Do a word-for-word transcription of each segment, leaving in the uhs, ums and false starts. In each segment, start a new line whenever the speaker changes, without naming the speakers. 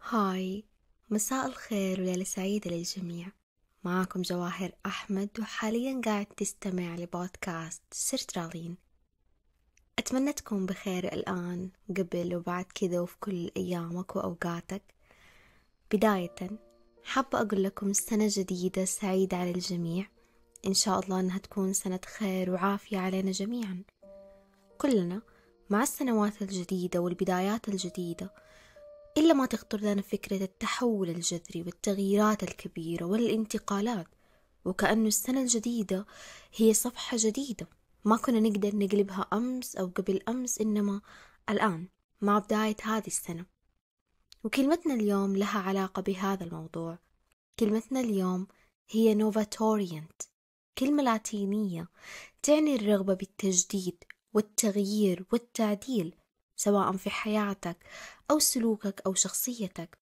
هاي، مساء الخير وليلة سعيدة للجميع. معاكم جواهر أحمد، وحاليا قاعد تستمع لبودكاست صرت رالين. أتمنى تكون بخير الآن قبل وبعد كذا وفي كل أيامك وأوقاتك. بداية حابة أقول لكم سنة جديدة سعيدة على الجميع، إن شاء الله أنها تكون سنة خير وعافية علينا جميعا كلنا. مع السنوات الجديدة والبدايات الجديدة إلا ما تخطر لنا فكرة التحول الجذري والتغييرات الكبيرة والانتقالات، وكأنه السنة الجديدة هي صفحة جديدة ما كنا نقدر نقلبها أمس أو قبل أمس، إنما الآن مع بداية هذه السنة. وكلمتنا اليوم لها علاقة بهذا الموضوع. كلمتنا اليوم هي نوفاتوريانت، كلمة لاتينية تعني الرغبة بالتجديد والتغيير والتعديل، سواء في حياتك أو سلوكك أو شخصيتك.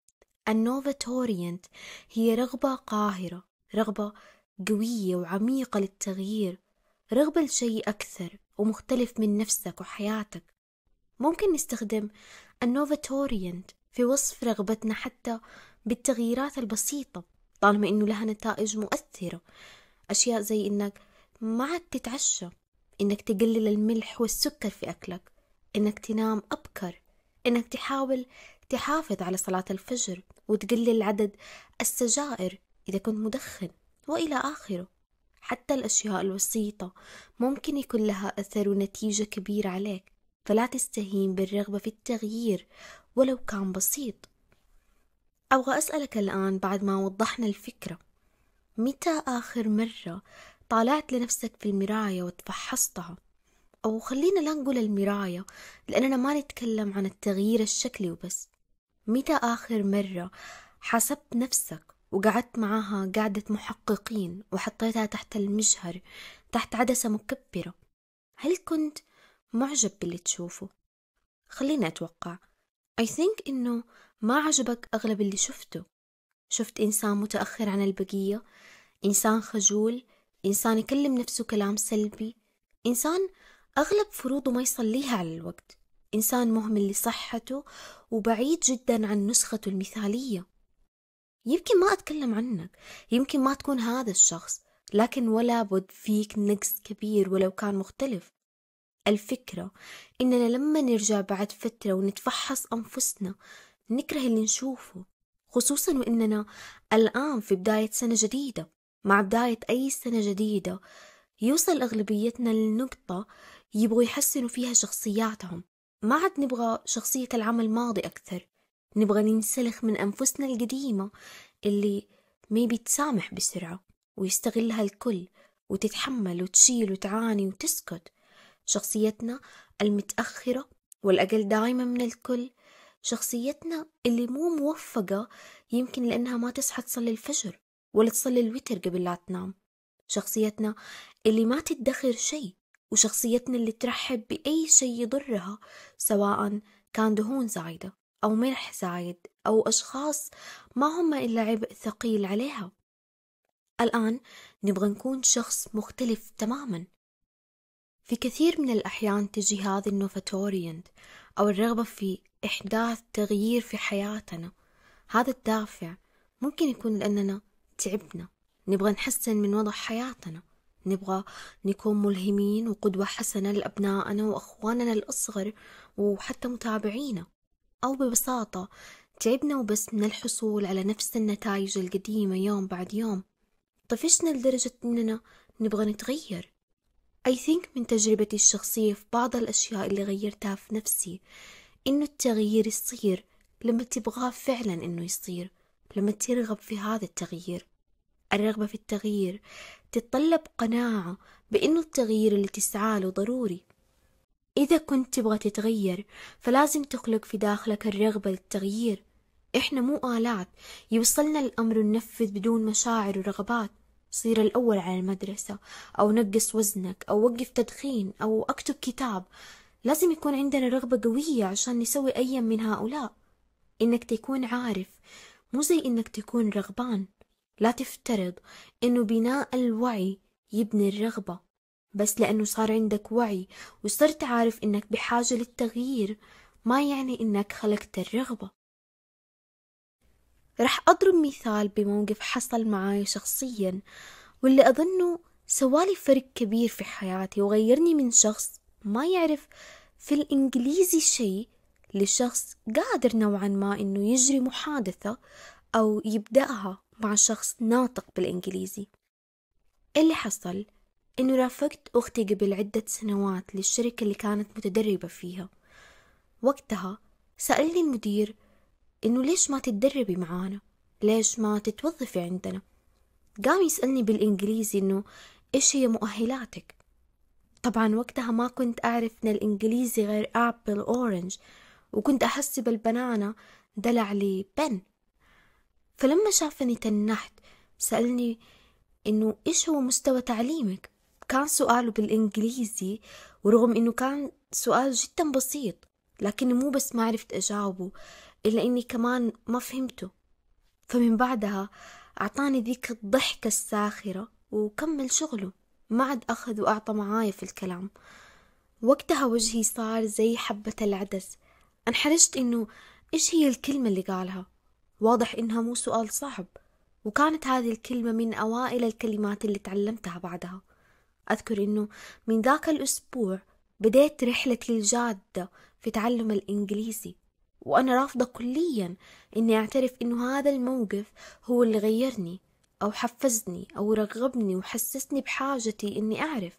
النوفاتوريانت هي رغبة قاهرة، رغبة قوية وعميقة للتغيير، رغبة لشيء أكثر ومختلف من نفسك وحياتك. ممكن نستخدم النوفاتوريانت في وصف رغبتنا حتى بالتغييرات البسيطة، طالما إنه لها نتائج مؤثرة. أشياء زي إنك ما عاد تتعشى، إنك تقلل الملح والسكر في أكلك، إنك تنام أبكر، إنك تحاول تحافظ على صلاة الفجر وتقلل عدد السجائر إذا كنت مدخن، وإلى آخره. حتى الأشياء البسيطة ممكن يكون لها أثر ونتيجة كبيرة عليك، فلا تستهين بالرغبة في التغيير ولو كان بسيط. أبغى أسألك الآن بعد ما وضحنا الفكرة، متى آخر مرة طالعت لنفسك في المراية وتفحصتها؟ أو خلينا لا نقول المراية، لأننا ما نتكلم عن التغيير الشكلي وبس. متى آخر مرة حسبت نفسك وقعدت معاها قعدة محققين وحطيتها تحت المجهر، تحت عدسة مكبرة؟ هل كنت معجب باللي تشوفه؟ خليني أتوقع، I think إنه ما عجبك أغلب اللي شفته. شفت إنسان متأخر عن البقية، إنسان خجول، إنسان يكلم نفسه كلام سلبي، إنسان أغلب فروضه ما يصليها على الوقت، إنسان مهمل لصحته وبعيد جدا عن نسخته المثالية. يمكن ما أتكلم عنك، يمكن ما تكون هذا الشخص، لكن ولا بد فيك نقص كبير ولو كان مختلف. الفكرة إننا لما نرجع بعد فترة ونتفحص أنفسنا نكره اللي نشوفه، خصوصا وإننا الآن في بداية سنة جديدة. مع بداية أي سنة جديدة يوصل أغلبيتنا للنقطة يبغوا يحسنوا فيها شخصياتهم، ما عاد نبغى شخصية العام الماضي أكثر، نبغى ننسلخ من أنفسنا القديمة اللي ما بتسامح بسرعة ويستغلها الكل وتتحمل وتشيل وتعاني وتسكت. شخصيتنا المتأخرة والأقل دائما من الكل، شخصيتنا اللي مو موفقة يمكن لأنها ما تصحى تصلي الفجر ولا تصلي الوتر قبل لا تنام، شخصيتنا اللي ما تدخر شيء، وشخصيتنا اللي ترحب بأي شيء يضرها، سواء كان دهون زايدة أو ملح زايد أو أشخاص ما هم إلا عبء ثقيل عليها. الآن نبغى نكون شخص مختلف تماما. في كثير من الأحيان تجي هذه النوفاتوريانت أو الرغبة في إحداث تغيير في حياتنا. هذا الدافع ممكن يكون لأننا تعبنا، نبغى نحسن من وضع حياتنا، نبغى نكون ملهمين وقدوة حسنة لأبنائنا وأخواننا الأصغر وحتى متابعينا، أو ببساطة تعبنا وبس من الحصول على نفس النتائج القديمة يوم بعد يوم، طفشنا لدرجة أننا نبغى نتغير. I think من تجربتي الشخصية في بعض الأشياء اللي غيرتها في نفسي، إنه التغيير يصير لما تبغاه فعلا إنه يصير، لما ترغب في هذا التغيير. الرغبة في التغيير تتطلب قناعة بإنه التغيير اللي تسعى له ضروري. إذا كنت تبغى تتغير فلازم تخلق في داخلك الرغبة للتغيير. إحنا مو آلات يوصلنا الأمر ننفذ بدون مشاعر ورغبات. صير الأول على المدرسة، أو نقص وزنك، أو وقف تدخين، أو أكتب كتاب. لازم يكون عندنا رغبة قوية عشان نسوي أي من هؤلاء. إنك تكون عارف مو زي إنك تكون رغبان. لا تفترض إنه بناء الوعي يبني الرغبة، بس لأنه صار عندك وعي وصرت عارف إنك بحاجة للتغيير ما يعني إنك خلقت الرغبة. رح أضرب مثال بموقف حصل معاي شخصيا، واللي أظنه سوالي فرق كبير في حياتي وغيرني من شخص ما يعرف في الإنجليزي شيء لشخص قادر نوعا ما إنه يجري محادثة أو يبدأها مع شخص ناطق بالإنجليزي. اللي حصل إنه رافقت أختي قبل عدة سنوات للشركة اللي كانت متدربة فيها. وقتها سألني المدير إنه ليش ما تتدربي معانا، ليش ما تتوظفي عندنا. قام يسألني بالإنجليزي إنه إيش هي مؤهلاتك. طبعا وقتها ما كنت أعرف إن الإنجليزي غير أبل أورنج، وكنت أحسب البنانة دلع لي بن. فلما شافني تنحت سألني إنه إيش هو مستوى تعليمك. كان سؤاله بالإنجليزي، ورغم إنه كان سؤال جدا بسيط لكني مو بس ما عرفت أجاوبه، إلا إني كمان ما فهمته. فمن بعدها أعطاني ذيك الضحكة الساخرة وكمل شغله، ما عاد أخذ وأعطى معايا في الكلام. وقتها وجهي صار زي حبة العدس، انحرجت إنه إيش هي الكلمة اللي قالها، واضح إنها مو سؤال صعب. وكانت هذه الكلمة من أوائل الكلمات اللي تعلمتها بعدها. أذكر إنه من ذاك الأسبوع بديت رحلتي الجادة في تعلم الإنجليزي، وأنا رافضة كليا إني أعترف إنه هذا الموقف هو اللي غيرني أو حفزني أو رغبني وحسسني بحاجتي إني أعرف.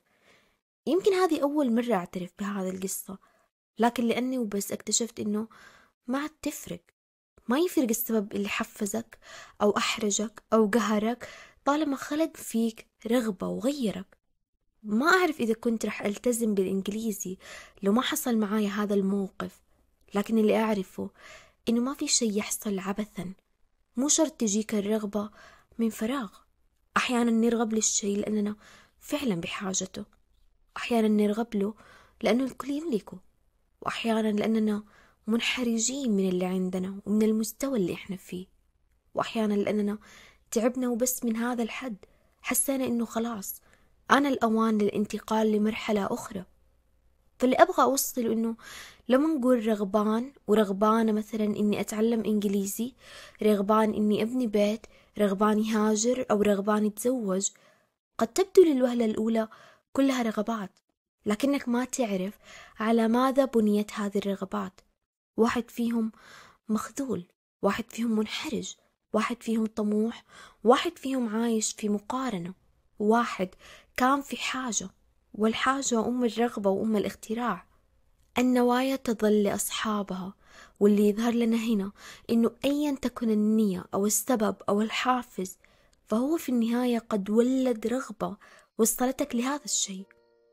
يمكن هذه أول مرة أعترف بهذا القصة، لكن لأني وبس اكتشفت إنه ما عاد تفرق. ما يفرق السبب اللي حفزك أو أحرجك أو قهرك، طالما خلق فيك رغبة وغيرك. ما أعرف إذا كنت رح ألتزم بالإنجليزي لو ما حصل معايا هذا الموقف، لكن اللي أعرفه إنه ما في شيء يحصل عبثا. مو شرط تجيك الرغبة من فراغ. أحيانا نرغب للشيء لأننا فعلا بحاجته، أحيانا نرغب له لأنه الكل يملكه، وأحيانا لأننا منحرجين من اللي عندنا ومن المستوى اللي إحنا فيه، وأحيانا لأننا تعبنا وبس من هذا الحد حسينا إنه خلاص أنا الأوان للانتقال لمرحلة أخرى. فاللي أبغى أوصله إنه لما نقول رغبان ورغبانة، مثلا إني أتعلم إنجليزي، رغبان إني أبني بيت، رغبان يهاجر، أو رغبان يتزوج، قد تبدو للوهلة الأولى كلها رغبات، لكنك ما تعرف على ماذا بنيت هذه الرغبات. واحد فيهم مخذول، واحد فيهم منحرج، واحد فيهم طموح، واحد فيهم عايش في مقارنة، واحد كان في حاجة، والحاجة أم الرغبة وأم الاختراع. النوايا تظل لأصحابها، واللي يظهر لنا هنا إنه أيا تكن النية أو السبب أو الحافز، فهو في النهاية قد ولد رغبة وصلتك لهذا الشيء.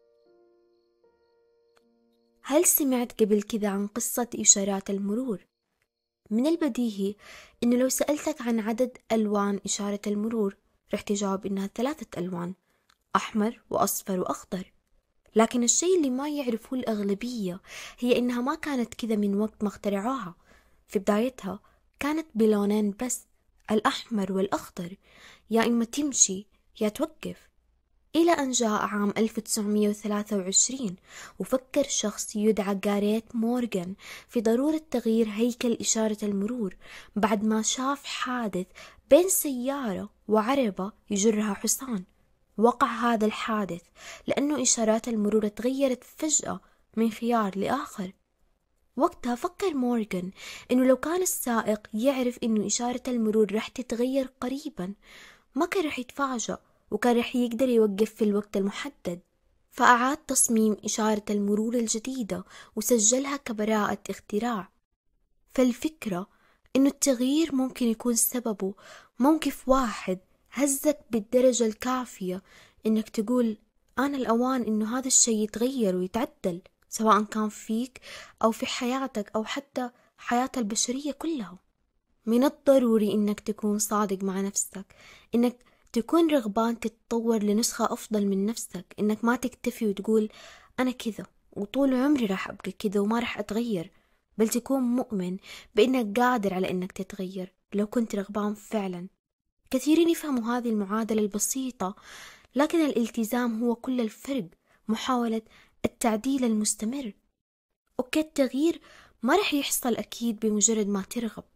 هل سمعت قبل كذا عن قصة إشارات المرور؟ من البديهي إنه لو سألتك عن عدد ألوان إشارة المرور رح تجاوب إنها ثلاثة ألوان، أحمر وأصفر وأخضر. لكن الشيء اللي ما يعرفه الأغلبية هي إنها ما كانت كذا من وقت ما اخترعوها. في بدايتها كانت بلونين بس، الأحمر والأخضر، يا إما تمشي يا توقف. إلى أن جاء عام ألف وتسعمية وثلاثة وعشرين وفكر شخص يدعى غاريث مورغان في ضرورة تغيير هيكل إشارة المرور بعد ما شاف حادث بين سيارة وعربة يجرها حصان. وقع هذا الحادث لأنه إشارات المرور تغيرت فجأة من خيار لآخر. وقتها فكر مورغان إنه لو كان السائق يعرف إنه إشارة المرور رح تتغير قريبا ما كان رح يتفاجأ، وكان رح يقدر يوقف في الوقت المحدد. فأعاد تصميم إشارة المرور الجديدة وسجلها كبراءة اختراع. فالفكرة إنه التغيير ممكن يكون سببه موقف واحد هزك بالدرجة الكافية إنك تقول أنا الأوان إنه هذا الشيء يتغير ويتعدل، سواء كان فيك أو في حياتك أو حتى حياة البشرية كلها. من الضروري إنك تكون صادق مع نفسك، إنك تكون رغبان تتطور لنسخة أفضل من نفسك، إنك ما تكتفي وتقول أنا كذا وطول عمري راح أبقى كذا وما راح أتغير، بل تكون مؤمن بإنك قادر على إنك تتغير لو كنت رغبان فعلا. كثيرين يفهموا هذه المعادلة البسيطة، لكن الالتزام هو كل الفرق، محاولة التعديل المستمر. أوكي، التغيير ما رح يحصل أكيد بمجرد ما ترغب،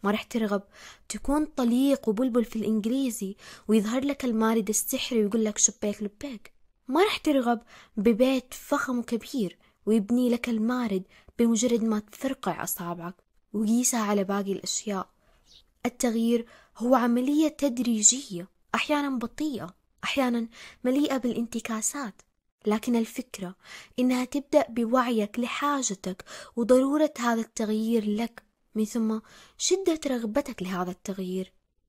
ما رح ترغب تكون طليق وبلبل في الإنجليزي ويظهر لك المارد السحري ويقول لك شبيك لبيك. ما رح ترغب ببيت فخم وكبير ويبني لك المارد بمجرد ما تفرقع أصابعك وقيسها على باقي الأشياء. التغيير هو عملية تدريجية، أحيانا بطيئة، أحيانا مليئة بالانتكاسات، لكن الفكرة إنها تبدأ بوعيك لحاجتك وضرورة هذا التغيير لك، من ثم شدة رغبتك لهذا التغيير.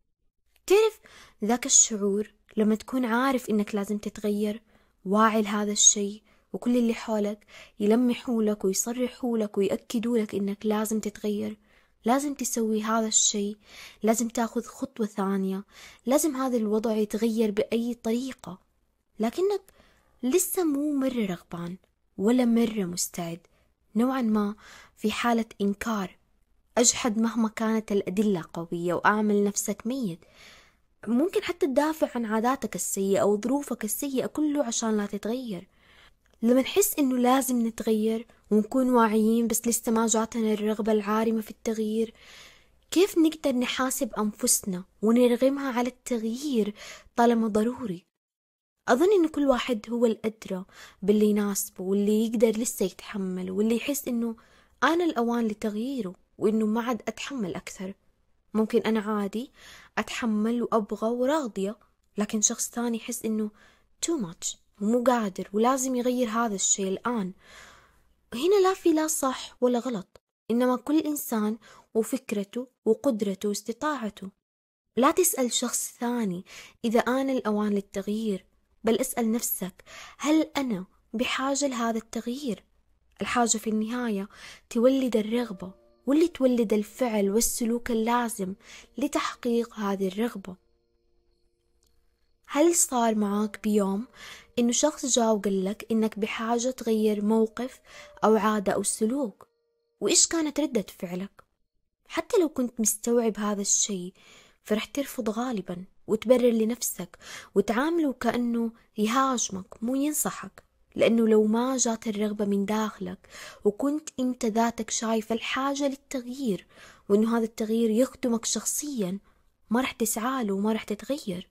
تعرف ذاك الشعور لما تكون عارف إنك لازم تتغير، واعي لهذا الشيء، وكل اللي حولك يلمحوا لك ويصرحوا لك ويأكدوا لك إنك لازم تتغير، لازم تسوي هذا الشيء، لازم تاخذ خطوة ثانية، لازم هذا الوضع يتغير بأي طريقة، لكنك لسه مو مرة رغبان ولا مرة مستعد، نوعا ما في حالة إنكار، أجحد مهما كانت الأدلة قوية وأعمل نفسك ميت. ممكن حتى تدافع عن عاداتك السيئة أو ظروفك السيئة كله عشان لا تتغير. لما نحس إنه لازم نتغير ونكون واعيين بس لسه ما جاتنا الرغبة العارمة في التغيير، كيف نقدر نحاسب أنفسنا ونرغمها على التغيير طالما ضروري؟ أظن إنه كل واحد هو الأدرى باللي يناسبه واللي يقدر لسه يتحمل واللي يحس إنه أنا الأوان لتغييره وإنه ما عاد أتحمل أكثر. ممكن أنا عادي أتحمل وأبغى وراضية، لكن شخص ثاني يحس إنه too much ومو قادر ولازم يغير هذا الشيء الآن. هنا لا في لا صح ولا غلط، إنما كل إنسان وفكرته وقدرته واستطاعته. لا تسأل شخص ثاني إذا آن الأوان للتغيير، بل اسأل نفسك هل أنا بحاجة لهذا التغيير؟ الحاجة في النهاية تولد الرغبة، واللي تولد الفعل والسلوك اللازم لتحقيق هذه الرغبة. هل صار معاك بيوم إنه شخص جاء وقال لك إنك بحاجة تغير موقف أو عادة أو سلوك، وإيش كانت ردة فعلك؟ حتى لو كنت مستوعب هذا الشيء فرح ترفض غالبا وتبرر لنفسك وتعامله كأنه يهاجمك مو ينصحك، لأنه لو ما جات الرغبة من داخلك وكنت انت ذاتك شايف الحاجة للتغيير وإنه هذا التغيير يخدمك شخصيا، ما رح تسعاله وما رح تتغير.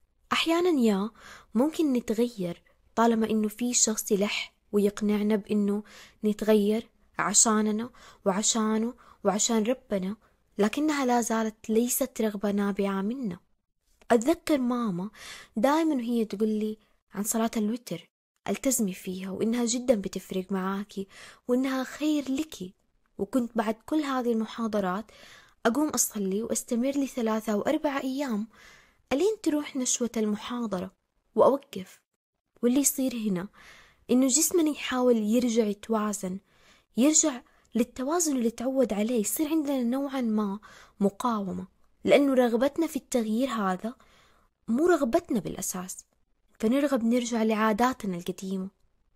أحيانا يا ممكن نتغير طالما إنه في شخص يلح ويقنعنا بإنه نتغير عشاننا وعشانه وعشان ربنا، لكنها لا زالت ليست رغبة نابعة منا. أتذكر ماما دائما هي تقول لي عن صلاة الوتر، التزمي فيها وإنها جدا بتفرق معاكي وإنها خير لك، وكنت بعد كل هذه المحاضرات أقوم أصلي وأستمر لي ثلاثة أو أربعة أيام ألين تروح نشوة المحاضرة وأوقف. واللي يصير هنا إنه جسمنا يحاول يرجع يتوازن، يرجع للتوازن اللي تعود عليه، يصير عندنا نوعا ما مقاومة، لأنه رغبتنا في التغيير هذا مو رغبتنا بالأساس، فنرغب نرجع لعاداتنا القديمة.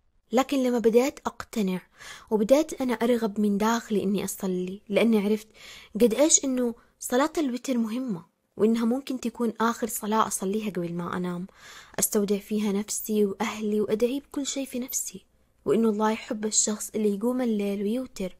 لكن لما بدأت أقتنع وبدأت أنا أرغب من داخلي إني أصلي، لأني عرفت قد إيش إنه صلاة الوتر مهمة، وإنها ممكن تكون آخر صلاة أصليها قبل ما أنام، أستودع فيها نفسي وأهلي وأدعي بكل شيء في نفسي، وإنه الله يحب الشخص اللي يقوم الليل ويوتر.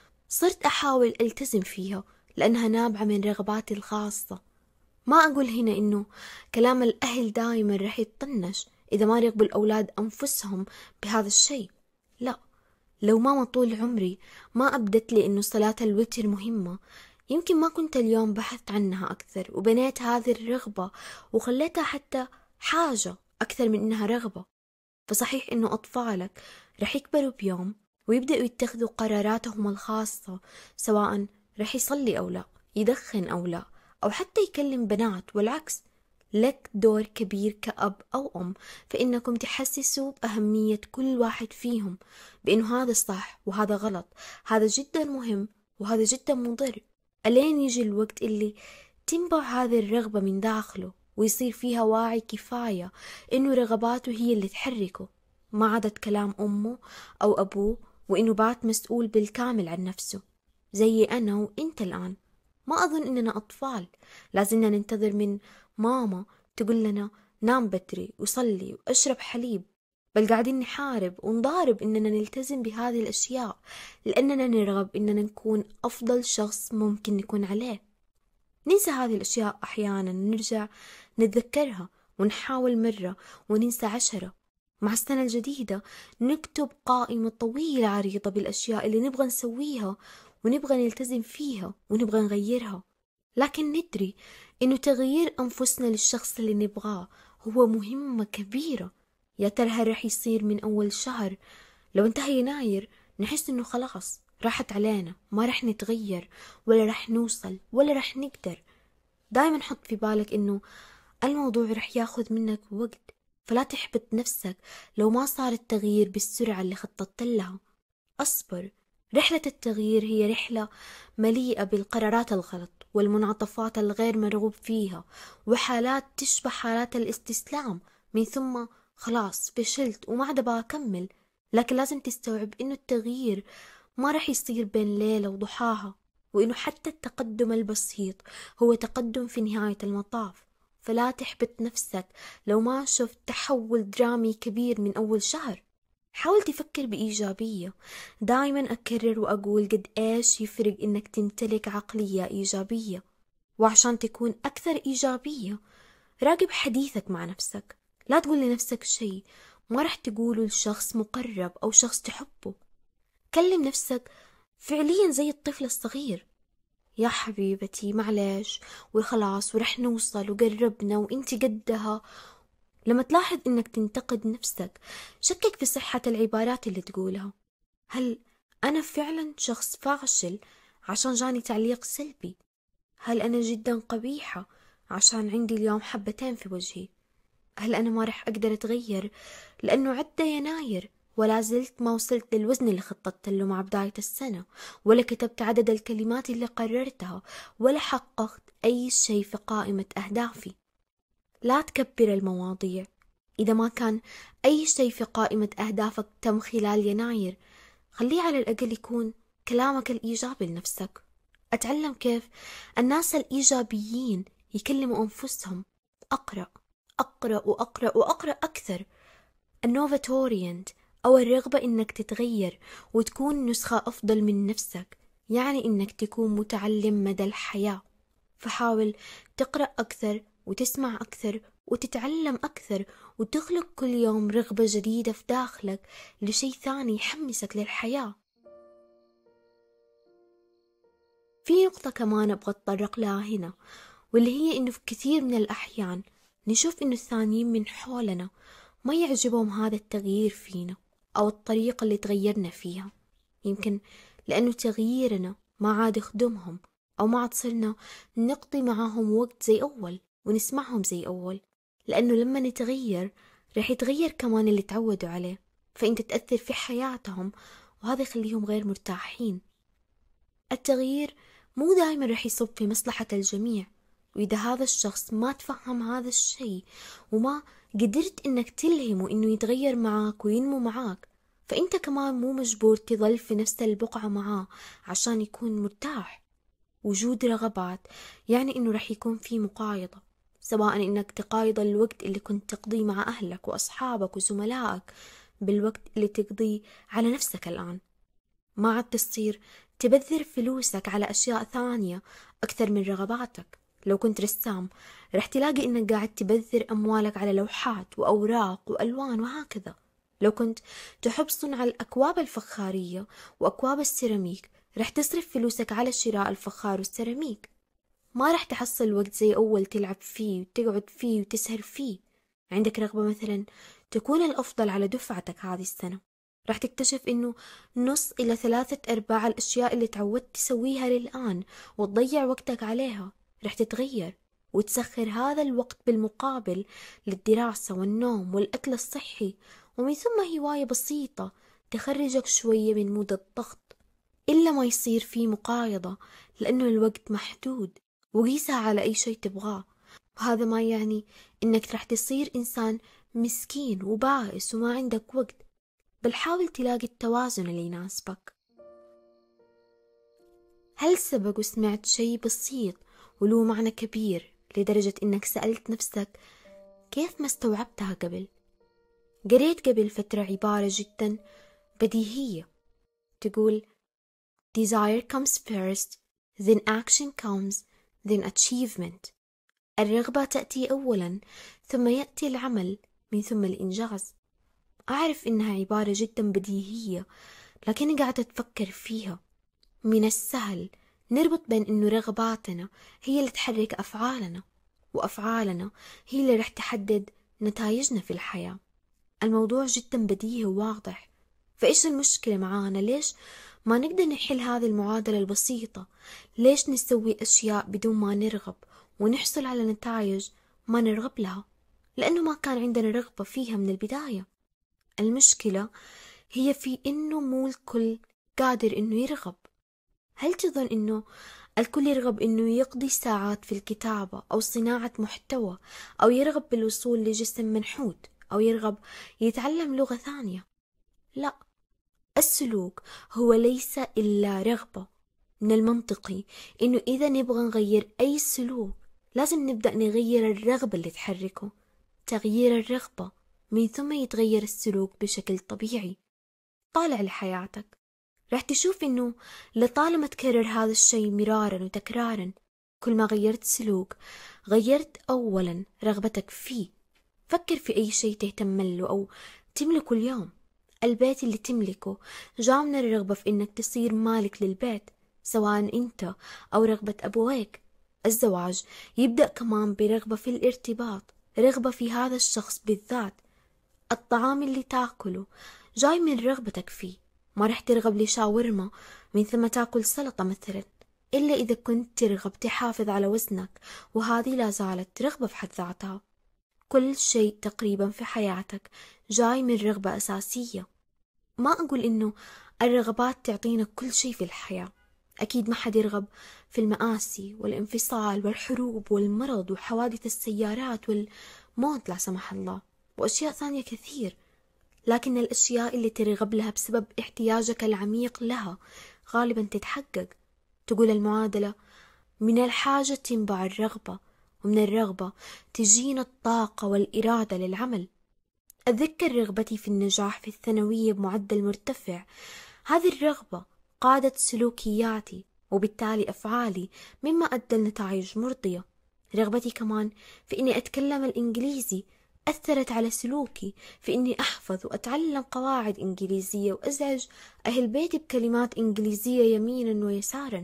صرت أحاول ألتزم فيها لأنها نابعة من رغباتي الخاصة. ما أقول هنا إنه كلام الأهل دائما رح يتطنش إذا ما رغبوا الأولاد أنفسهم بهذا الشيء، لا. لو ماما طول عمري ما أبدت لي إنه صلاة الوتر مهمة، يمكن ما كنت اليوم بحثت عنها أكثر وبنيت هذه الرغبة وخليتها حتى حاجة أكثر من إنها رغبة. فصحيح إنه أطفالك رح يكبروا بيوم ويبدأوا يتخذوا قراراتهم الخاصة، سواء رح يصلي أو لا، يدخن أو لا، أو حتى يكلم بنات، والعكس. لك دور كبير كأب أو أم فإنكم تحسسوا بأهمية كل واحد فيهم، بأنه هذا صح وهذا غلط، هذا جدا مهم وهذا جدا مضر، ألين يجي الوقت اللي تنبع هذه الرغبة من داخله ويصير فيها واعي كفاية إنه رغباته هي اللي تحركه، ما عادت كلام أمه أو أبوه، وإنه بات مسؤول بالكامل عن نفسه. زي أنا وإنت الآن، ما أظن إننا أطفال لازلنا ننتظر من ماما تقول لنا نام بدري وصلي وأشرب حليب، بل قاعدين نحارب ونضارب إننا نلتزم بهذه الأشياء، لأننا نرغب إننا نكون أفضل شخص ممكن نكون عليه. ننسى هذه الأشياء أحيانا، نرجع نتذكرها ونحاول مرة وننسى عشرة. مع السنة الجديدة نكتب قائمة طويلة عريضة بالأشياء اللي نبغى نسويها ونبغى نلتزم فيها ونبغى نغيرها، لكن ندري إنه تغيير أنفسنا للشخص اللي نبغاه هو مهمة كبيرة. يا ترى هل رح يصير من أول شهر؟ لو انتهى يناير نحس إنه خلاص راحت علينا، ما رح نتغير ولا رح نوصل ولا رح نقدر. دايما حط في بالك إنه الموضوع رح ياخذ منك وقت، فلا تحبط نفسك لو ما صار التغيير بالسرعة اللي خططت لها. أصبر، رحلة التغيير هي رحلة مليئة بالقرارات الغلط والمنعطفات الغير مرغوب فيها وحالات تشبه حالات الاستسلام، من ثم خلاص فشلت وما عاد بكمل. لكن لازم تستوعب إنه التغيير ما رح يصير بين ليلة وضحاها، وإنه حتى التقدم البسيط هو تقدم في نهاية المطاف. فلا تحبط نفسك لو ما شفت تحول درامي كبير من أول شهر. حاول تفكر بإيجابية. دايما أكرر وأقول قد إيش يفرق إنك تمتلك عقلية إيجابية، وعشان تكون أكثر إيجابية راقب حديثك مع نفسك. لا تقول لنفسك شيء ما رح تقوله لشخص مقرب أو شخص تحبه. كلم نفسك فعليا زي الطفل الصغير: يا حبيبتي معلش وخلاص ورح نوصل وقربنا وانتي قدها. لما تلاحظ انك تنتقد نفسك شكك في صحة العبارات اللي تقولها. هل انا فعلا شخص فاشل عشان جاني تعليق سلبي؟ هل انا جدا قبيحة عشان عندي اليوم حبتين في وجهي؟ هل انا ما رح اقدر اتغير لانه عدى يناير ولا زلت ما وصلت للوزن اللي خططت له مع بداية السنة، ولا كتبت عدد الكلمات اللي قررتها، ولا حققت أي شيء في قائمة أهدافي؟ لا تكبر المواضيع. إذا ما كان أي شيء في قائمة أهدافك تم خلال يناير، خليه على الأقل يكون كلامك الإيجابي لنفسك. أتعلم كيف الناس الإيجابيين يكلموا أنفسهم. أقرأ أقرأ وأقرأ وأقرأ أكثر. النوفاتوريانت أو الرغبة إنك تتغير وتكون نسخة أفضل من نفسك، يعني إنك تكون متعلم مدى الحياة. فحاول تقرأ أكثر وتسمع أكثر وتتعلم أكثر وتخلق كل يوم رغبة جديدة في داخلك لشيء ثاني يحمسك للحياة. في نقطة كمان أبغى أتطرق لها هنا، واللي هي إنه في كثير من الأحيان نشوف إنه الثانيين من حولنا ما يعجبهم هذا التغيير فينا أو الطريقة اللي تغيرنا فيها، يمكن لأنه تغييرنا ما عاد يخدمهم أو ما عاد صرنا نقضي معاهم وقت زي أول ونسمعهم زي أول. لأنه لما نتغير رح يتغير كمان اللي تعودوا عليه، فأنت تأثر في حياتهم وهذا يخليهم غير مرتاحين. التغيير مو دائما رح يصب في مصلحة الجميع، وإذا هذا الشخص ما تفهم هذا الشيء وما قدرت إنك تلهمه إنه يتغير معاك وينمو معاك، فأنت كمان مو مجبور تظل في نفس البقعة معاه عشان يكون مرتاح. وجود رغبات يعني إنه رح يكون في مقايضة، سواء إنك تقايض الوقت اللي كنت تقضيه مع أهلك وأصحابك وزملائك بالوقت اللي تقضيه على نفسك الآن. ما عاد تصير تبذر فلوسك على أشياء ثانية أكثر من رغباتك. لو كنت رسام رح تلاقي إنك قاعد تبذر أموالك على لوحات وأوراق وألوان وهكذا. لو كنت تحب صنع الأكواب الفخارية وأكواب السيراميك رح تصرف فلوسك على شراء الفخار والسيراميك. ما رح تحصل وقت زي أول تلعب فيه وتقعد فيه وتسهر فيه. عندك رغبة مثلا تكون الأفضل على دفعتك هذه السنة، رح تكتشف إنه نص إلى ثلاثة أرباع الأشياء اللي تعودت تسويها للآن وتضيع وقتك عليها رح تتغير، وتسخر هذا الوقت بالمقابل للدراسة والنوم والأكل الصحي، ومن ثم هواية بسيطة تخرجك شوية من مود الضغط. إلا ما يصير في مقايضة، لأنه الوقت محدود، وقيسها على أي شيء تبغاه. وهذا ما يعني إنك رح تصير إنسان مسكين وبائس وما عندك وقت، بل حاول تلاقي التوازن اللي يناسبك. هل سبق وسمعت شيء بسيط وله معنى كبير لدرجة إنك سألت نفسك كيف ما استوعبتها قبل؟ قريت قبل فترة عبارة جدا بديهية تقول: Desire comes first, then action comes, then achievement. الرغبة تأتي أولا، ثم يأتي العمل، من ثم الإنجاز. أعرف إنها عبارة جدا بديهية، لكني قاعدة أتفكر فيها. من السهل نربط بين إنه رغباتنا هي اللي تحرك أفعالنا، وأفعالنا هي اللي رح تحدد نتائجنا في الحياة. الموضوع جدا بديهي وواضح. فإيش المشكلة معانا؟ ليش ما نقدر نحل هذه المعادلة البسيطة؟ ليش نسوي أشياء بدون ما نرغب ونحصل على نتائج ما نرغب لها؟ لأنه ما كان عندنا رغبة فيها من البداية. المشكلة هي في إنه مو الكل قادر إنه يرغب. هل تظن إنه الكل يرغب إنه يقضي ساعات في الكتابة أو صناعة محتوى، أو يرغب بالوصول لجسم منحوت، أو يرغب يتعلم لغة ثانية؟ لا، السلوك هو ليس إلا رغبة. من المنطقي إنه إذا نبغى نغير أي سلوك لازم نبدأ نغير الرغبة اللي تحركه. تغيير الرغبة من ثم يتغير السلوك بشكل طبيعي. طالع لحياتك رح تشوف إنه لطالما تكرر هذا الشيء مرارا وتكرارا، كل ما غيرت سلوك غيرت أولا رغبتك فيه. فكر في أي شيء تهتم له أو تملكه اليوم. البيت اللي تملكه جاء من الرغبة في إنك تصير مالك للبيت، سواء أنت أو رغبة أبويك. الزواج يبدأ كمان برغبة في الارتباط، رغبة في هذا الشخص بالذات. الطعام اللي تاكله جاي من رغبتك فيه. ما رح ترغب لشاورما من ثم تاكل سلطة مثلا، إلا إذا كنت ترغب تحافظ على وزنك، وهذه لا زالت رغبة في حد ذاتها. كل شيء تقريبا في حياتك جاي من رغبة أساسية. ما أقول إنه الرغبات تعطينا كل شيء في الحياة. أكيد ما حد يرغب في المآسي والانفصال والحروب والمرض وحوادث السيارات والموت لا سمح الله، وأشياء ثانية كثير. لكن الأشياء اللي ترغب لها بسبب احتياجك العميق لها غالبا تتحقق. تقول المعادلة: من الحاجة تنبع الرغبة، ومن الرغبة تجينا الطاقة والإرادة للعمل. أتذكر رغبتي في النجاح في الثانوية بمعدل مرتفع. هذه الرغبة قادت سلوكياتي وبالتالي أفعالي، مما أدى لنتائج مرضية. رغبتي كمان في إني أتكلم الإنجليزي أثرت على سلوكي في إني أحفظ وأتعلم قواعد إنجليزية وأزعج أهل بيتي بكلمات إنجليزية يمينا ويسارا.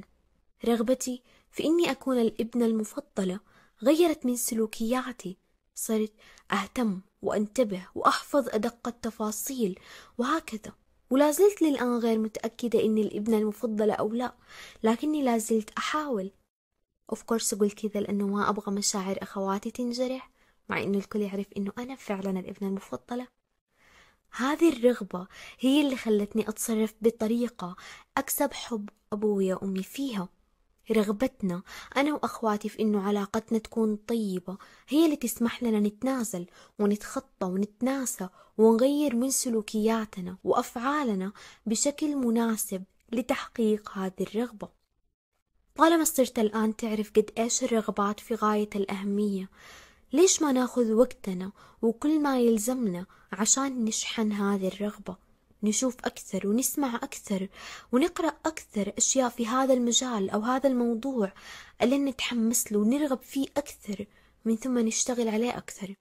رغبتي في إني أكون الابنة المفضلة غيرت من سلوكياتي. صرت أهتم وأنتبه وأحفظ أدق التفاصيل وهكذا. ولا زلت للآن غير متأكدة إني الابنة المفضلة أو لا، لكني لا زلت أحاول. of course أقول كذا لأنه ما أبغى مشاعر أخواتي تنجرح، مع إنه الكل يعرف إنه أنا فعلا الابنة المفضلة. هذه الرغبة هي اللي خلتني أتصرف بطريقة أكسب حب أبويا وأمي فيها. رغبتنا أنا وأخواتي في إنه علاقتنا تكون طيبة هي اللي تسمح لنا نتنازل ونتخطى ونتناسى ونغير من سلوكياتنا وأفعالنا بشكل مناسب لتحقيق هذه الرغبة. طالما صرت الآن تعرف قد إيش الرغبات في غاية الأهمية، ليش ما ناخذ وقتنا وكل ما يلزمنا عشان نشحن هذه الرغبة؟ نشوف أكثر ونسمع أكثر ونقرأ أكثر أشياء في هذا المجال أو هذا الموضوع اللي نتحمس له ونرغب فيه أكثر، من ثم نشتغل عليه أكثر.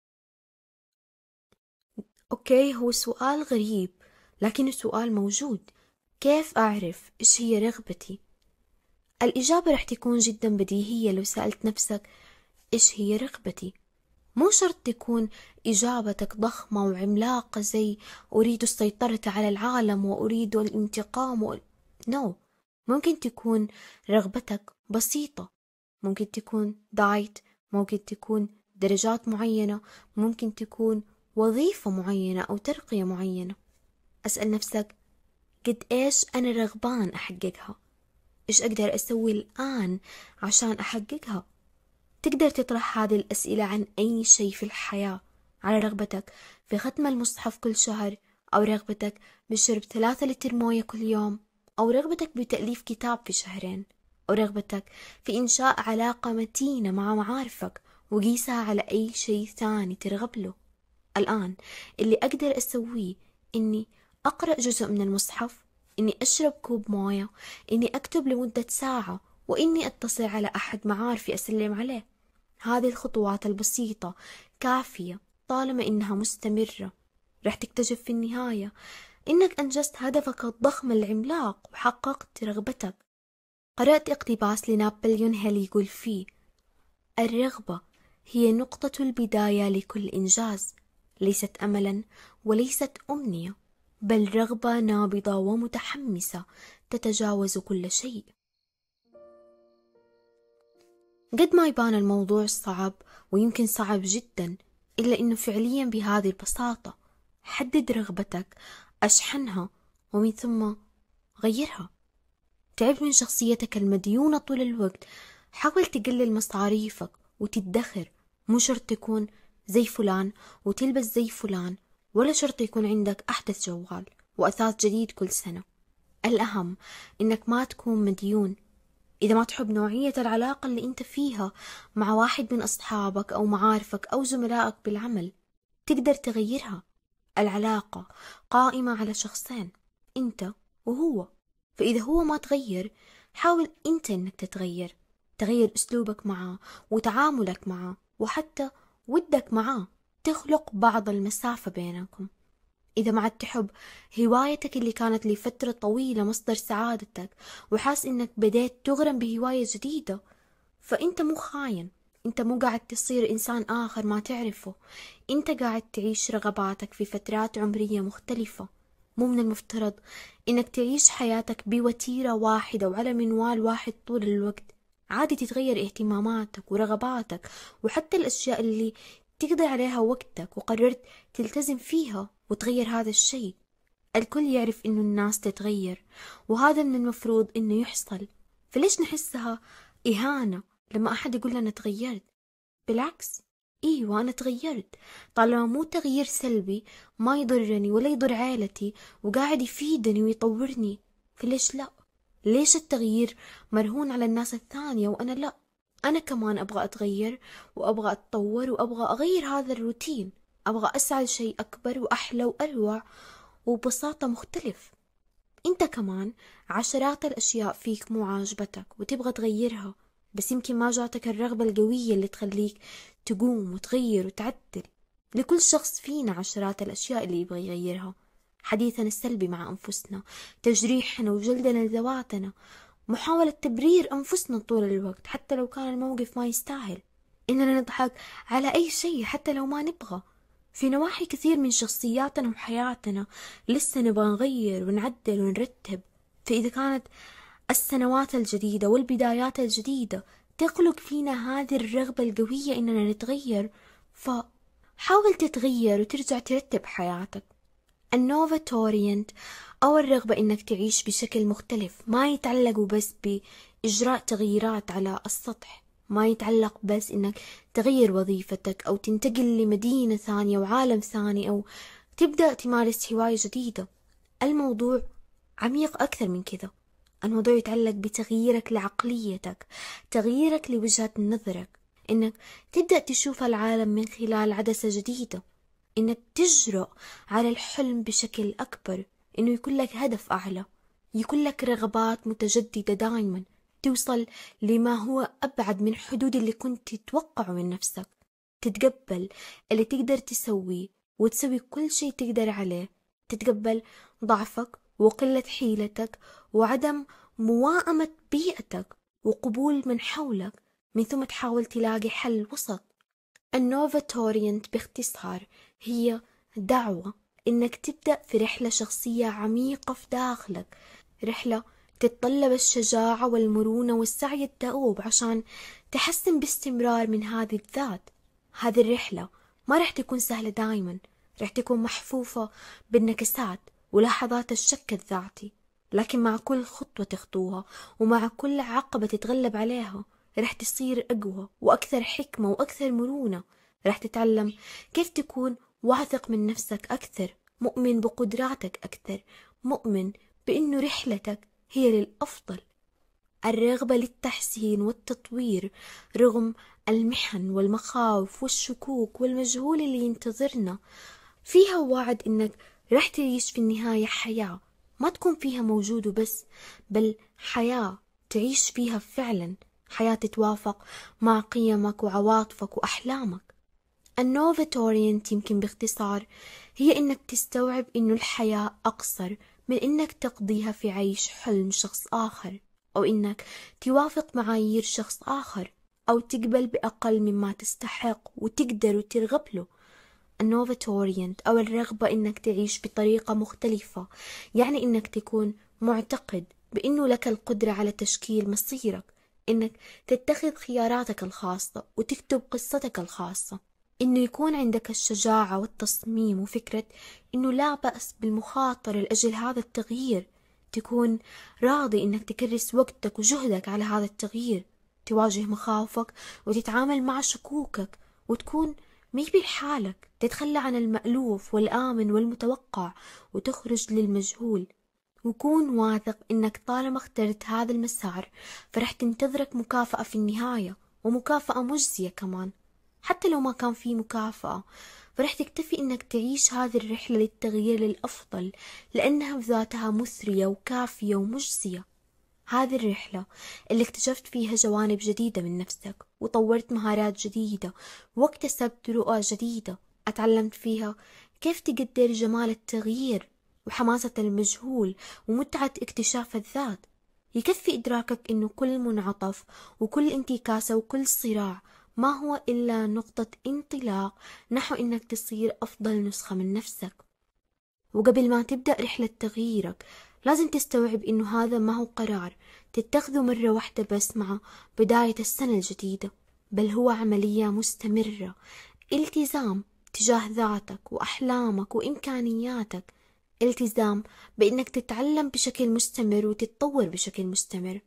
أوكي، هو سؤال غريب لكنه سؤال موجود. كيف أعرف إيش هي رغبتي؟ الإجابة رح تكون جدا بديهية لو سألت نفسك إيش هي رغبتي. مو شرط تكون إجابتك ضخمة وعملاقة زي أريد السيطرة على العالم وأريد الانتقام و... نو no. ممكن تكون رغبتك بسيطة، ممكن تكون دايت، ممكن تكون درجات معينة، ممكن تكون وظيفة معينة أو ترقية معينة. أسأل نفسك قد إيش أنا رغبان أحققها؟ إيش أقدر أسوي الآن عشان أحققها؟ تقدر تطرح هذه الأسئلة عن أي شيء في الحياة، على رغبتك في ختم المصحف كل شهر، أو رغبتك بشرب ثلاثة لتر موية كل يوم، أو رغبتك بتأليف كتاب في شهرين، أو رغبتك في إنشاء علاقة متينة مع معارفك، وقيسها على أي شيء ثاني ترغب له. الآن اللي أقدر أسويه إني أقرأ جزء من المصحف، إني أشرب كوب موية، إني أكتب لمدة ساعة، وإني أتصل على أحد معارفي أسلم عليه. هذه الخطوات البسيطة كافية طالما إنها مستمرة. رح تكتشف في النهاية إنك أنجزت هدفك الضخم العملاق وحققت رغبتك. قرأت اقتباس لنابليون هيل يقول فيه: الرغبة هي نقطة البداية لكل إنجاز، ليست أملا وليست أمنية، بل رغبة نابضة ومتحمسة تتجاوز كل شيء. قد ما يبان الموضوع صعب ويمكن صعب جدا، إلا إنه فعليا بهذه البساطة. حدد رغبتك، أشحنها، ومن ثم غيرها. تعبت من شخصيتك المديونة طول الوقت، حاول تقلل مصاريفك وتدخر. مو شرط تكون زي فلان وتلبس زي فلان، ولا شرط يكون عندك أحدث جوال وأثاث جديد كل سنة. الأهم إنك ما تكون مديون. إذا ما تحب نوعية العلاقة اللي أنت فيها مع واحد من أصحابك أو معارفك أو زملائك بالعمل، تقدر تغيرها. العلاقة قائمة على شخصين، أنت وهو. فإذا هو ما تغير، حاول أنت إنك تتغير. تغير أسلوبك معه وتعاملك معه وحتى ودك معه، تخلق بعض المسافة بينكم. إذا ما عاد تحب هوايتك اللي كانت لفترة طويلة مصدر سعادتك وحاس إنك بديت تغرم بهواية جديدة، فأنت مو خاين. أنت مو قاعد تصير إنسان آخر ما تعرفه. أنت قاعد تعيش رغباتك في فترات عمرية مختلفة. مو من المفترض إنك تعيش حياتك بوتيرة واحدة وعلى منوال واحد طول الوقت. عادي تتغير اهتماماتك ورغباتك وحتى الأشياء اللي تقضي عليها وقتك وقررت تلتزم فيها وتغير هذا الشيء. الكل يعرف إنه الناس تتغير، وهذا من المفروض إنه يحصل. فليش نحسها إهانة لما أحد يقول لنا تغيرت؟ بالعكس، إيوه أنا تغيرت، طالما مو تغيير سلبي ما يضرني ولا يضر عائلتي وقاعد يفيدني ويطورني، فليش لا؟ ليش التغيير مرهون على الناس الثانية وأنا لا؟ أنا كمان أبغى أتغير وأبغى أتطور وأبغى أغير هذا الروتين. أبغى أسعى لشيء أكبر وأحلى وأروع وببساطة مختلف. أنت كمان عشرات الأشياء فيك مو عاجبتك وتبغى تغيرها، بس يمكن ما جاتك الرغبة القوية اللي تخليك تقوم وتغير وتعدل. لكل شخص فينا عشرات الأشياء اللي يبغى يغيرها. حديثنا السلبي مع أنفسنا، تجريحنا وجلدنا لذواتنا، محاولة تبرير أنفسنا طول الوقت حتى لو كان الموقف ما يستاهل، إننا نضحك على أي شيء حتى لو ما نبغى. في نواحي كثير من شخصياتنا وحياتنا لسه نبغى نغير ونعدل ونرتب. فإذا كانت السنوات الجديدة والبدايات الجديدة تخلق فينا هذه الرغبة القوية إننا نتغير، فحاول تتغير وترجع ترتب حياتك. النوفاتوريانت أو الرغبة إنك تعيش بشكل مختلف ما يتعلقوا بس بإجراء تغييرات على السطح، ما يتعلق بس إنك تغير وظيفتك أو تنتقل لمدينة ثانية وعالم ثاني أو تبدأ تمارس هواية جديدة. الموضوع عميق أكثر من كذا. الموضوع يتعلق بتغييرك لعقليتك، تغييرك لوجهة نظرك، إنك تبدأ تشوف العالم من خلال عدسة جديدة، إنك تجرؤ على الحلم بشكل أكبر، إنه يكون لك هدف أعلى، يكون لك رغبات متجددة دائما، توصل لما هو أبعد من حدود اللي كنت تتوقعه من نفسك، تتقبل اللي تقدر تسويه وتسوي كل شيء تقدر عليه، تتقبل ضعفك وقلة حيلتك وعدم موائمة بيئتك وقبول من حولك، من ثم تحاول تلاقي حل وسط. النوفاتوريانت باختصار هي دعوة إنك تبدأ في رحلة شخصية عميقة في داخلك، رحلة تتطلب الشجاعة والمرونة والسعي الدؤوب عشان تحسن باستمرار من هذه الذات. هذه الرحلة ما رح تكون سهلة دايما، رح تكون محفوفة بالنكسات ولحظات الشك الذاتي، لكن مع كل خطوة تخطوها ومع كل عقبة تتغلب عليها رح تصير أقوى وأكثر حكمة وأكثر مرونة. رح تتعلم كيف تكون واثق من نفسك أكثر، مؤمن بقدراتك أكثر، مؤمن بأنه رحلتك هي للأفضل. الرغبة للتحسين والتطوير رغم المحن والمخاوف والشكوك والمجهول اللي ينتظرنا، فيها وعد إنك رح تعيش في النهاية حياة ما تكون فيها موجود وبس، بل حياة تعيش فيها فعلا حياة تتوافق مع قيمك وعواطفك وأحلامك. النوفاتورينت يمكن باختصار هي إنك تستوعب إنه الحياة أقصر من إنك تقضيها في عيش حلم شخص آخر، أو إنك توافق معايير شخص آخر، أو تقبل بأقل مما تستحق وتقدر وترغب له. النوفاتورينت أو الرغبة إنك تعيش بطريقة مختلفة، يعني إنك تكون معتقد بإنه لك القدرة على تشكيل مصيرك، إنك تتخذ خياراتك الخاصة وتكتب قصتك الخاصة، إنه يكون عندك الشجاعة والتصميم وفكرة إنه لا بأس بالمخاطرة لأجل هذا التغيير، تكون راضي إنك تكرس وقتك وجهدك على هذا التغيير، تواجه مخاوفك وتتعامل مع شكوكك، وتكون ميبي لحالك، تتخلى عن المألوف والآمن والمتوقع وتخرج للمجهول. وكون واثق إنك طالما اخترت هذا المسار فرح تنتظرك مكافأة في النهاية، ومكافأة مجزية كمان. حتى لو ما كان في مكافأة فرح تكتفي إنك تعيش هذه الرحلة للتغيير للأفضل، لأنها بذاتها مثرية وكافية ومجزية. هذه الرحلة اللي اكتشفت فيها جوانب جديدة من نفسك، وطورت مهارات جديدة، واكتسبت رؤى جديدة، اتعلمت فيها كيف تقدر جمال التغيير وحماسة المجهول ومتعة اكتشاف الذات. يكفي إدراكك إنه كل منعطف وكل انتكاسة وكل صراع ما هو إلا نقطة انطلاق نحو إنك تصير أفضل نسخة من نفسك. وقبل ما تبدأ رحلة تغييرك لازم تستوعب إنه هذا ما هو قرار تتخذه مرة واحدة بس مع بداية السنة الجديدة، بل هو عملية مستمرة، التزام تجاه ذاتك وأحلامك وإمكانياتك، التزام بإنك تتعلم بشكل مستمر وتتطور بشكل مستمر.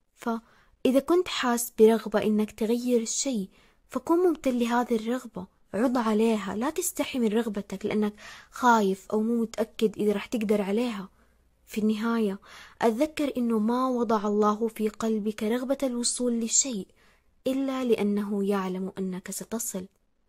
فإذا كنت حاس برغبة إنك تغير الشيء فكن ممتن لهذه الرغبة، عض عليها، لا تستحي من رغبتك لأنك خايف أو مو متأكد إذا رح تقدر عليها. في النهاية أتذكر إنه ما وضع الله في قلبك رغبة الوصول لشيء إلا لأنه يعلم أنك ستصل.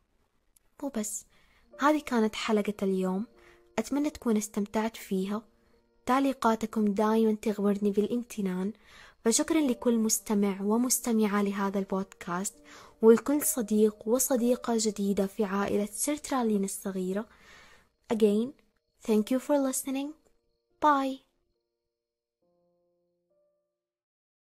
وبس، هذه كانت حلقة اليوم، أتمنى تكون استمتعت فيها. تعليقاتكم دائما تغمرني بالامتنان، فشكرا لكل مستمع ومستمعة لهذا البودكاست، ولكل صديق وصديقة جديدة في عائلة سيرترالين الصغيرة. Again, thank you for listening. Bye.